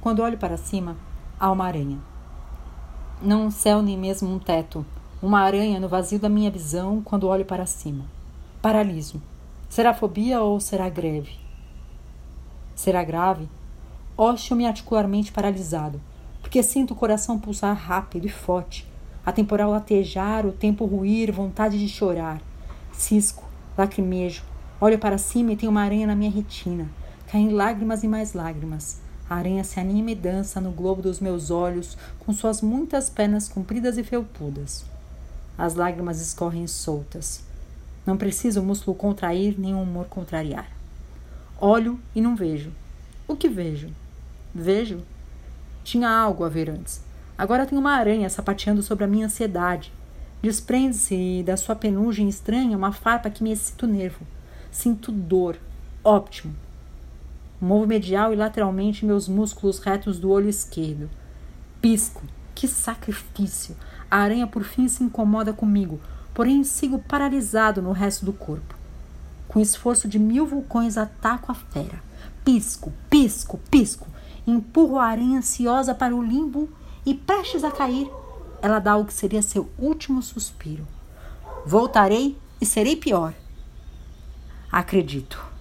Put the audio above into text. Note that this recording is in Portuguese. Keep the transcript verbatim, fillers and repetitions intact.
Quando olho para cima, há uma aranha. Não um céu nem mesmo um teto. Uma aranha no vazio da minha visão quando olho para cima. Paraliso. Será fobia ou será greve? Será grave? Ósseo-me articularmente paralisado, porque sinto o coração pulsar rápido e forte, a temporal latejar, o tempo ruir, vontade de chorar. Cisco, lacrimejo, olho para cima e tem uma aranha na minha retina. Caem lágrimas e mais lágrimas. A aranha se anima e dança no globo dos meus olhos com suas muitas pernas compridas e felpudas. As lágrimas escorrem soltas. Não preciso o músculo contrair nem o humor contrariar. Olho e não vejo. O que vejo? Vejo? Tinha algo a ver antes. Agora tem uma aranha sapateando sobre a minha ansiedade. Desprende-se da sua penugem estranha uma farpa que me excita o nervo. Sinto dor. Óptimo. Movo medial e lateralmente meus músculos retos do olho esquerdo. Pisco. Que sacrifício! A aranha por fim se incomoda comigo, porém sigo paralisado no resto do corpo. Com esforço de mil vulcões ataco a fera. Pisco, pisco, pisco. Empurro a aranha ansiosa para o limbo e, prestes a cair, ela dá o que seria seu último suspiro. Voltarei e serei pior. Acredito.